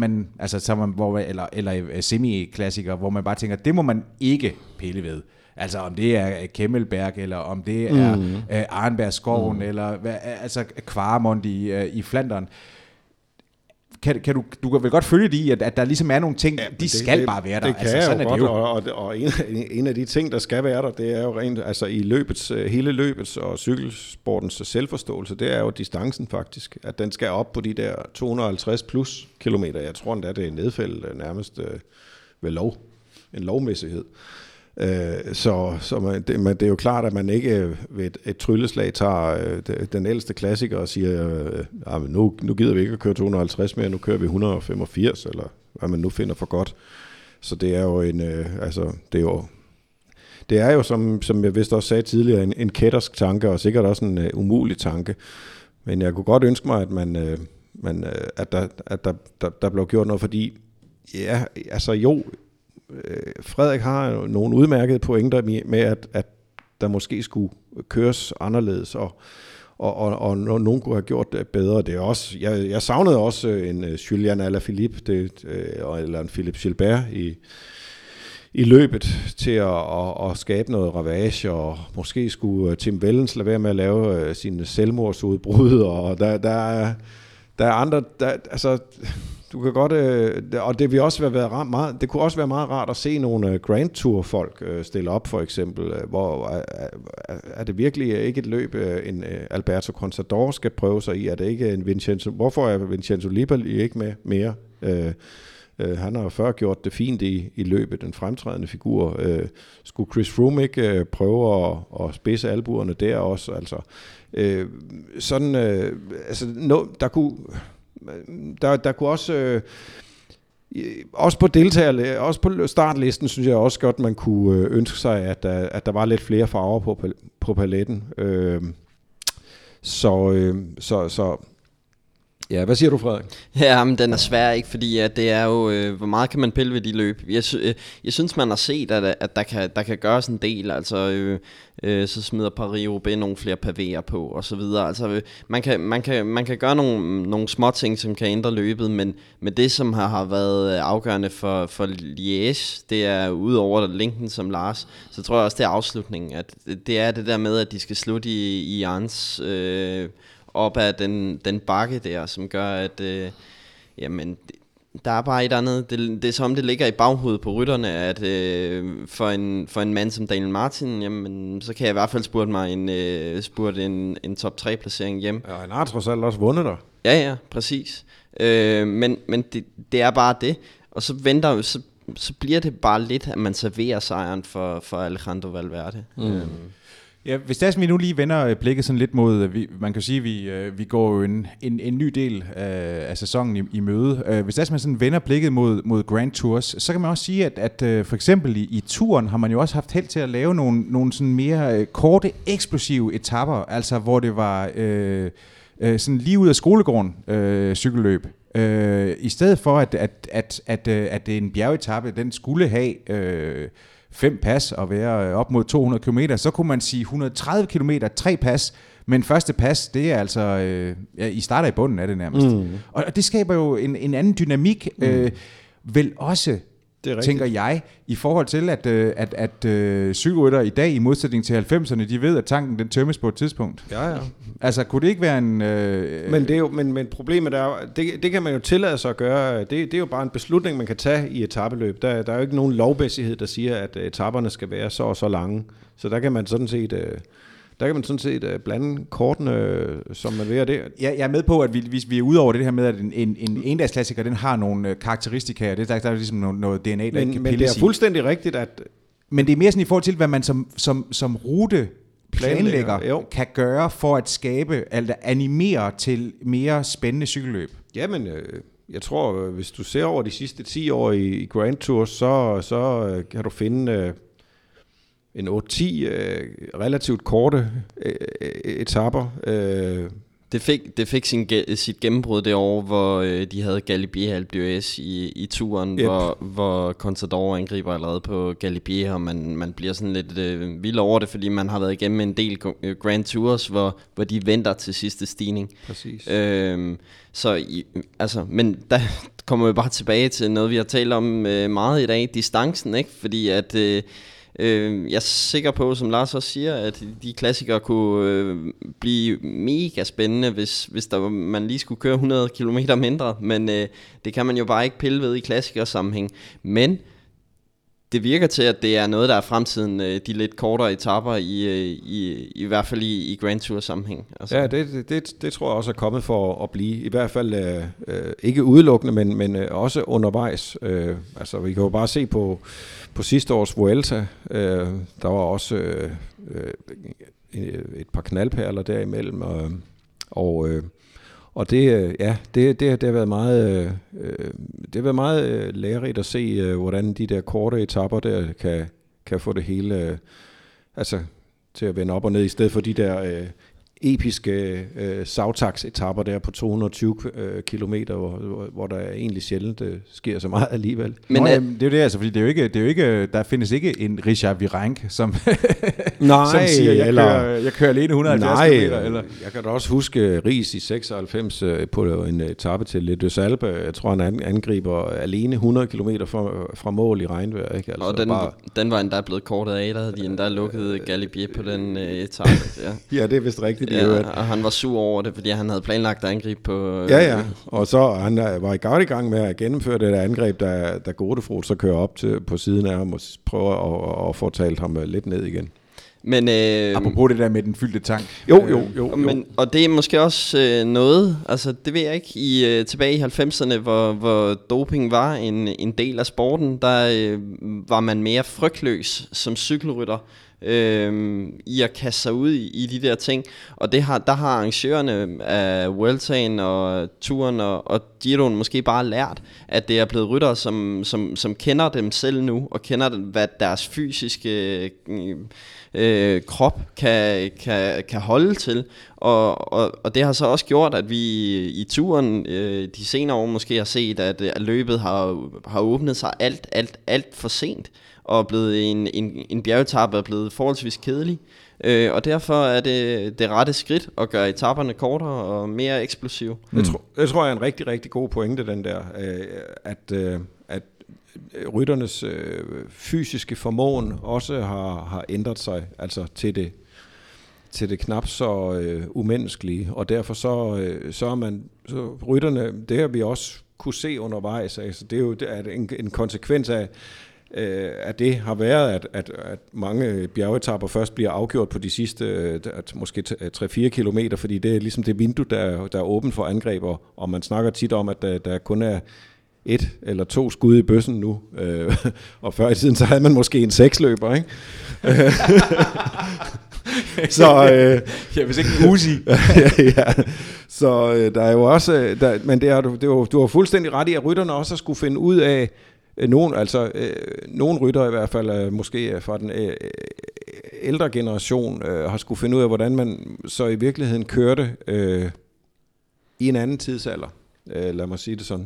eller semi-klassikere, hvor man bare tænker, det må man ikke pille ved. Altså om det er Kemmelberg, eller om det er Arnbergskoven, eller Kvaremont i Flandern. Kan du kan vel godt følge det i, at der ligesom er nogle ting, skal bare være der. Det kan jeg jo godt, og en af de ting, der skal være der, det er jo rent, altså i hele løbets og cykelsportens selvforståelse, det er jo distancen faktisk, at den skal op på de der 250 plus kilometer. Jeg tror endda, det er nedfældet nærmest ved en lovmæssighed. Men det er jo klart, at man ikke ved et trylleslag tager den ældste klassiker og siger, nu gider vi ikke at køre 250 mere, nu kører vi 185, eller hvad man nu finder for godt. Så det er jo det er jo som jeg vist også sagde tidligere, en kættersk tanke, og sikkert også en umulig tanke. Men jeg kunne godt ønske mig, at der blev gjort noget, fordi Frederik har nogle udmærkede pointer med, at der måske skulle køres anderledes, og nogen kunne have gjort det bedre. Det er også, jeg savnede også en Julian Alaphilippe eller en Philippe Gilbert i løbet til at skabe noget ravage, og måske skulle Tim Wellens lade være med at lave sine selvmordsudbrud, og der er andre, du kan godt, og det vil også være meget, det kunne også være meget rart at se nogle Grand Tour folk stille op, for eksempel, hvor er det virkelig ikke et løb, en Alberto Contador skal prøve sig i, er det ikke en Vincenzo, hvorfor er Vincenzo Nibali ikke med mere? Han har jo før gjort det fint i løbet, en fremtrædende figur. Skulle Chris Froome ikke prøve at spidse albuerne der også? Altså, der kunne også på deltagere, også på startlisten, synes jeg også godt, man kunne ønske sig, at der var lidt flere farver på paletten. Ja, hvad siger du, Frederik? Ja, men den er svær, ikke? Fordi at det er jo, hvor meget kan man pille ved de løb? Jeg synes, man har set, at der kan gøres en del. Altså, så smider Paris-Roubaix nogle flere pavéer på, og så videre. Altså, man kan gøre nogle små ting, som kan ændre løbet, men det, som har været afgørende for Liège, det er udover længden som Lars, så tror jeg også, det er afslutningen. At det er det der med, at de skal slutte i Arns op ad den bakke der, som gør, at der er bare et andet. Det er som det ligger i baghovedet på rytterne, at for en mand som Daniel Martin, jamen, så kan jeg i hvert fald spurte en top 3 placering hjem. Ja, han har trods alt også vundet der. Ja, præcis. Men det er bare det. Og så bliver det bare lidt, at man serverer sejren for Alejandro Valverde. Ja, hvis vi nu lige vender blikket sådan lidt mod, man kan sige, vi går jo en ny del af sæsonen i møde. Hvis man sådan vender blikket mod Grand Tours, så kan man også sige, at for eksempel i turen har man jo også haft held til at lave nogle sådan mere korte, eksplosive etaper, altså hvor det var sådan lige ud af skolegården cykelløb. I stedet for, at en bjergetappe, den skulle have 5 pas og være op mod 200 km, så kunne man sige 130 km, 3 pas, men første pas, det er altså, I starter i bunden af det nærmest. Og det skaber jo en anden dynamik, vel også, tænker jeg, i forhold til, at cykelrytter i dag, i modsætning til 90'erne, de ved, at tanken den tømmes på et tidspunkt. Ja. Altså, kunne det ikke være en... Men det er jo, men problemet er, det kan man jo tillade sig at gøre. Det er jo bare en beslutning, man kan tage i etapeløb. Der er jo ikke nogen lovmæssighed, der siger, at etaperne skal være så og så lange. Så der kan man sådan set... blande kortene, som man vil. Det. Jeg er med på, at hvis vi er ude over det her med, at en endagsklassiker, den har nogle karakteristika, der er ligesom noget DNA, der ikke kan pilles i. Men det er fuldstændig rigtigt, at... Men det er mere sådan i forhold til, hvad man som rute planlægger kan gøre for at skabe, eller animere til mere spændende cykelløb. Jamen, jeg tror, hvis du ser over de sidste 10 år i Grand Tours, så kan du finde... en 8-10 relativt korte etaper. Det fik sit gennembrud det år, hvor de havde Galibier Alpe d'Huez i turen, hvor Contador angriber allerede på Galibier, og man bliver sådan lidt vild over det, fordi man har været igennem en del Grand Tours, hvor de venter til sidste stigning. Præcis. Men der kommer vi bare tilbage til noget, vi har talt om meget i dag, distancen, ikke? Fordi at... jeg er sikker på, som Lars også siger, at de klassikere kunne blive mega spændende, hvis man lige skulle køre 100 km mindre, men det kan man jo bare ikke pille ved i klassikersammenhæng. Men det virker til, at det er noget, der er fremtiden, de lidt kortere etaper, i hvert fald i Grand Tour sammenhæng. Altså. Ja, det tror jeg også er kommet for at blive, i hvert fald ikke udelukkende, men også undervejs. Altså vi kan jo bare se på sidste års Vuelta, der var også et par knaldperler derimellem, og det har været meget lærerigt at se, hvordan de der korte etaper der kan få det hele altså til at vende op og ned, i stedet for de der episke savtags-etapper der på 220 kilometer, hvor der egentlig sjældent sker så meget alligevel. Men det er jo det, altså, fordi det er jo ikke, der findes ikke en Richard Virenque, som siger, jeg kører alene 170 kilometer. Eller? Jeg kan da også huske Ries i 96 på en etape til Les Deux Alpes. Jeg tror, han angriber alene 100 kilometer fra mål i regnvejr. Ikke? Altså, og den var endda blevet kortet af, der havde de endda lukket Galibier på den etape. Ja, det er vist rigtigt. Ja, og han var sur over det, fordi han havde planlagt at angribe på... Ja, og så han var godt i gang med at gennemføre det der angreb, da Godefroth så kører op på siden af ham og prøver at få talt ham lidt ned igen. Men apropos det der med den fyldte tank. Jo. Og det er måske også noget, altså det ved jeg ikke, tilbage i 90'erne, hvor doping var en del af sporten, der var man mere frygtløs som cykelrytter. I at kaste sig ud i de der ting, og der har arrangørerne af Vueltaen og Touren og Giroen måske bare lært, at det er blevet ryttere, som kender dem selv nu, og kender hvad deres fysiske krop kan holde til, og det har så også gjort, at vi i Touren de senere år måske har set, at løbet har åbnet sig alt for sent, og blevet en bjergetappe er blevet forholdsvis kedelig. Og derfor er det rette skridt at gøre etaperne kortere og mere eksplosive. Det tror jeg er en rigtig, rigtig god pointe, den der, at rytternes fysiske formåen også har ændret sig, altså til det knap så umenneskelige, og derfor så er man så rytterne, det har vi også kunne se undervejs, altså det er jo en konsekvens af at det har været, at mange bjergetapper først bliver afgjort på de sidste måske 3-4 kilometer, fordi det er ligesom det vindue, der er åbent for angreb, og man snakker tit om, at der kun er 1 eller 2 skud i bøssen nu, og før i tiden, så havde man måske en 6-løber, ikke? Så, ja, hvis ikke en Uzi. ja. Så der er jo også, men du har fuldstændig ret i, at rytterne også skulle finde ud af, nogle rytter i hvert fald, måske fra den ældre generation, har skulle finde ud af, hvordan man så i virkeligheden kørte i en anden tidsalder. Lad mig sige det sådan.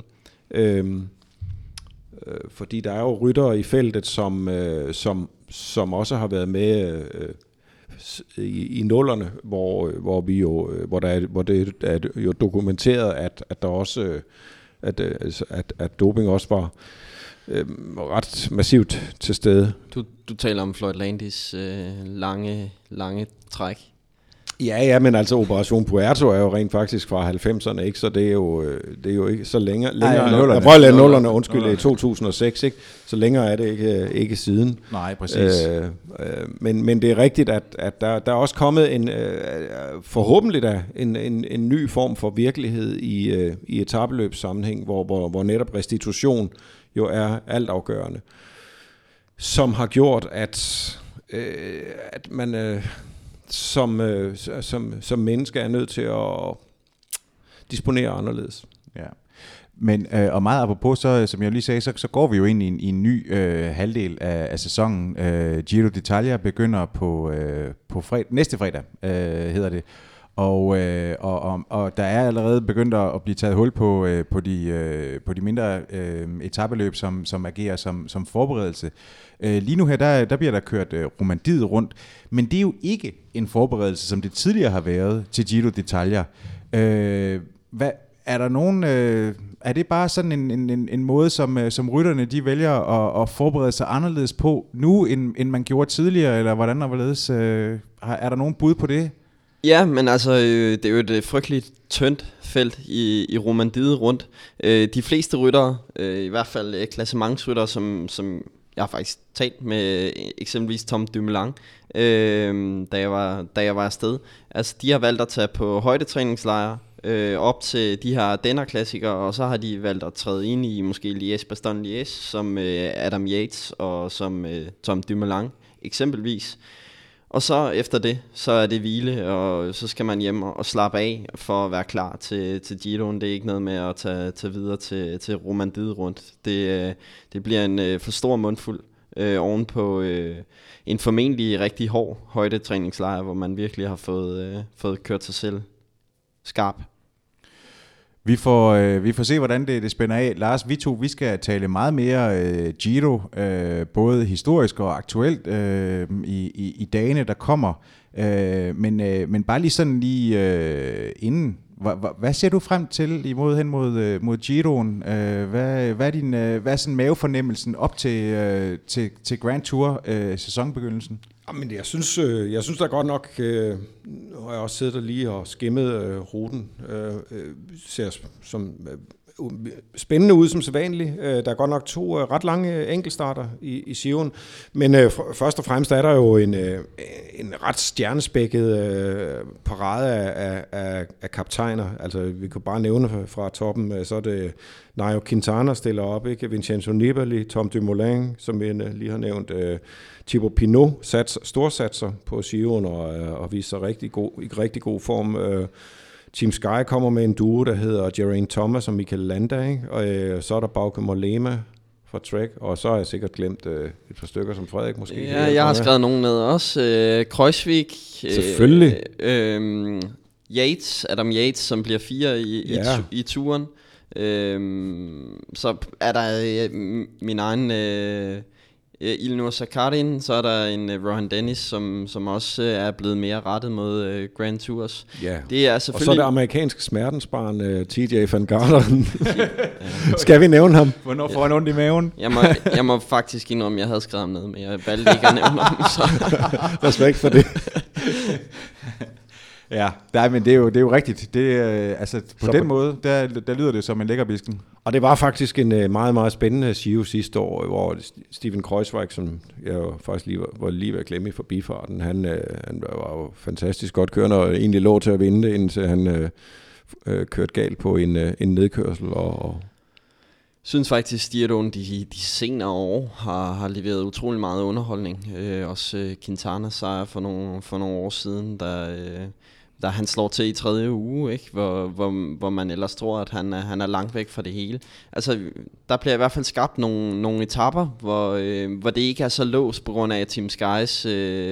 Fordi der er jo ryttere i feltet, som også har været med i nullerne, hvor det er jo dokumenteret, at der også at doping også var ret massivt til stede. Du taler om Floyd Landis lange træk. Ja, men altså Operation Puerto er jo rent faktisk fra 90'erne, ikke? Så det er jo ikke så længere. Nullerne, undskyld, i 2006, ikke? Så længere er det ikke siden. Nej, præcis. Men det er rigtigt, at der er også kommet forhåbentlig da en ny form for virkelighed i etapeløbssammenhæng, hvor netop restitution jo er altafgørende, som har gjort, at man som menneske er nødt til at disponere anderledes. Ja. Men og meget apropos, så, som jeg lige sagde, så går vi jo ind i en ny halvdel af sæsonen. Giro d'Italia begynder på næste fredag, hedder det. Og der er allerede begyndt at blive taget hul på de mindre etapeløb, som agerer som forberedelse. Lige nu her, der bliver der kørt Romandiet rundt, men det er jo ikke en forberedelse, som det tidligere har været til Giro d'Italia. Er der nogen? Er det bare sådan en måde, som rytterne de vælger at forberede sig anderledes på nu, end man gjorde tidligere, eller hvordan og hvorledes? Er der nogen bud på det? Ja, men altså, det er jo et frygteligt tyndt felt i Romandiet rundt. De fleste ryttere, i hvert fald klassementsryttere, som jeg har faktisk talt med, eksempelvis Tom Dumoulin, da jeg var afsted. Altså, de har valgt at tage på højdetræningslejre op til de her Ardenner-klassikere, og så har de valgt at træde ind i måske Liège-Bastogne-Liège, som Adam Yates og som Tom Dumoulin eksempelvis. Og så efter det, så er det hvile, og så skal man hjem og slappe af for at være klar til Giroen. Det er ikke noget med at tage videre til Romandiet rundt. Det bliver en for stor mundfuld oven på en formentlig rigtig hård højdetræningslejr, hvor man virkelig har fået kørt sig selv skarp. Vi får se, hvordan det spænder af. Lars, vi skal tale meget mere Giro, både historisk og aktuelt i dagene, der kommer. Men bare lige sådan inden, hvad ser du frem til hen mod Giroen? Hvad er sådan mavefornemmelsen op til Grand Tour sæsonbegyndelsen? Jamen, jeg synes der godt nok, nu har jeg også siddet der lige og skimmet ruten, ser som spændende ud som sædvanligt. Der er godt nok 2 ret lange enkeltstarter i Giroen, men først og fremmest er der jo en ret stjernespækket parade af kaptajner. Altså, vi kan bare nævne fra toppen, så er det Nairo Quintana stiller op, ikke? Vincenzo Nibali, Tom Dumoulin, som vi lige har nævnt, Thibaut Pinot storsatser på Giroen og viser i rigtig god form. Team Sky kommer med en duo, der hedder Geraint Thomas og Mikel Landa, ikke? Og så er der Bauke Mollema fra Trek, og så har jeg sikkert glemt et par stykker, som Frederik måske. Ja, jeg har skrevet nogen ned også. Kreuzvik. Selvfølgelig. Adam Yates, som bliver 4 i turen. Så er der min egen Ilnur Zakarin, så er der en Rohan Dennis, som også er blevet mere rettet mod Grand Tours. Ja. Det er selvfølgelig... Og så er det amerikanske smertensbarn TJ Van Garderen. Skal vi nævne ham? Hvornår får han ondt i maven? Jeg må faktisk indrømme, jeg havde skrevet ham ned, men jeg valgte ikke at nævne ham. Så. Respekt for det. Ja, men det er jo rigtigt. Altså på den måde, der lyder det som en lækkerbisken. Og det var faktisk en meget, meget spændende Giro sidste år, hvor Steven Kreuzweig, som jeg jo faktisk lige ved at glemme i forbifarten, han var jo fantastisk godt kørende og egentlig lå til at vinde, indtil han kørte galt på en nedkørsel. synes faktisk, at Dirdon de senere år har leveret utrolig meget underholdning. Også Quintanas sejr for nogle år siden, der han slår til i tredje uge, ikke? Hvor man ellers tror, at han er langt væk fra det hele. Altså, der bliver i hvert fald skabt nogle etapper, hvor det ikke er så låst på grund af Team Skys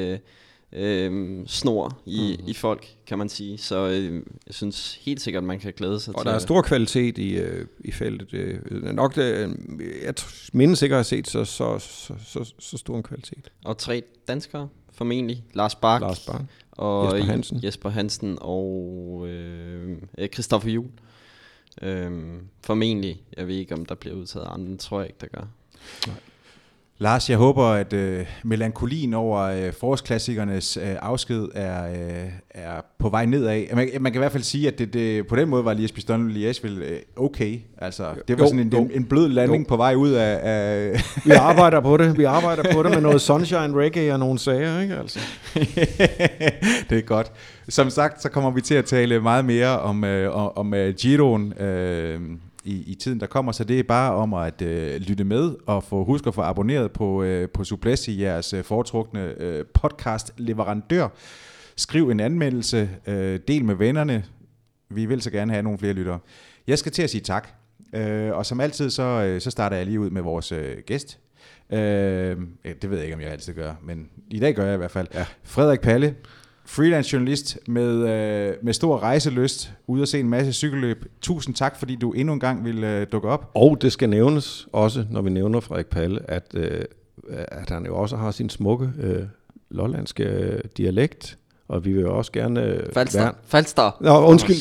snor i folk, kan man sige. Så jeg synes helt sikkert, man kan glæde sig til. Og der er stor kvalitet i feltet. Nok det, jeg mindes ikke at have set så stor en kvalitet. Og 3 danskere, formentlig. Lars Bak. Og Jesper Hansen og Christoffer Juhl. Formentlig. Jeg ved ikke, om der bliver udtaget andre, tror jeg ikke, der gør. Nej. Lars, jeg håber, at melankolien over forårsklassikernes afsked er på vej nedad. Man kan i hvert fald sige, at det på den måde var Liège-Bastogne-Liège vel okay. Altså, det var sådan en blød landing på vej ud af... Vi arbejder på det. Vi arbejder på det med noget sunshine reggae og nogle sager, ikke? Altså. Det er godt. Som sagt, så kommer vi til at tale meget mere om Giroen i tiden, der kommer, så det er bare om at lytte med og husk at få abonneret på Sublesi, jeres foretrukne podcast-leverandør. Skriv en anmeldelse, del med vennerne. Vi vil så gerne have nogle flere lyttere. Jeg skal til at sige tak, og som altid, så starter jeg lige ud med vores gæst. Det ved jeg ikke, om jeg altid gør, men i dag gør jeg i hvert fald. Ja. Frederik Palle, freelance journalist med stor rejselyst, ude at se en masse cykelløb. Tusind tak, fordi du endnu en gang ville dukke op. Og det skal nævnes også, når vi nævner Frederik Palle, at han jo også har sin smukke lollandske dialekt, og vi vil jo også gerne... Falster. Nå, undskyld.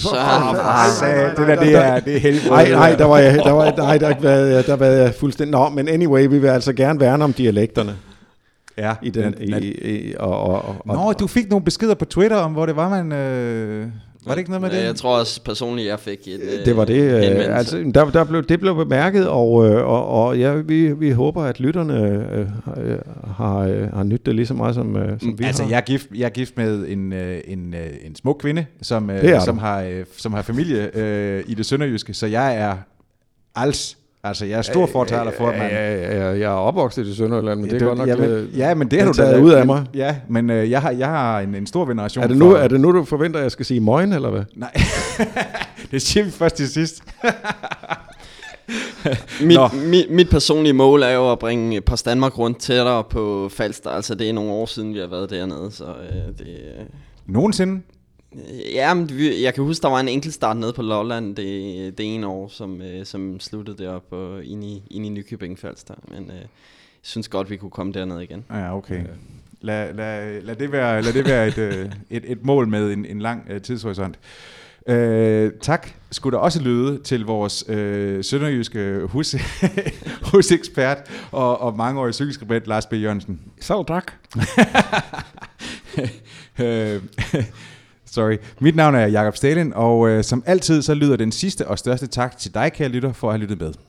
Det er heldigt. Nej, der var jeg fuldstændig... Nå, men anyway, vi vil altså gerne værne om dialekterne. Ja. Nå, du fik nogle beskeder på Twitter om, hvor det var, man... Var det ikke noget med det? Jeg tror også personligt, jeg fik et det var det. Altså, det blev bemærket, og vi håber, at lytterne har nydt det lige så meget, som vi altså, har. Jeg er gift med en smuk kvinde, som har familie i det sønderjyske, så jeg er Altså, jeg er stor fortaler for, at man... Jeg er opvokset i Sønderjylland, men det er godt nok... men det har du taget ud af mig. Ja, men jeg har en stor veneration Er det nu, du forventer, at jeg skal sige møgen, eller hvad? Nej, det siger vi først til sidst. Mit personlige mål er jo at bringe Post Danmark rundt tættere på Falster. Altså, det er nogle år siden, vi har været dernede, så det... Nogensinde? Ja, men jeg kan huske, der var en enkeltstart nede på Lolland det ene år, som sluttede deroppe ind i Nykøbing Falster. Men jeg synes godt, vi kunne komme derned igen. Ja, okay. Lad det være et mål med en lang tidshorisont. Tak skulle der også lyde til vores sønderjyske husekspert og mangeårig cykelskribent Lars B. Jørgensen. Så tak. Sorry. Mit navn er Jakob Stalin, og som altid så lyder den sidste og største tak til dig, kære lytter, for at have lyttet med.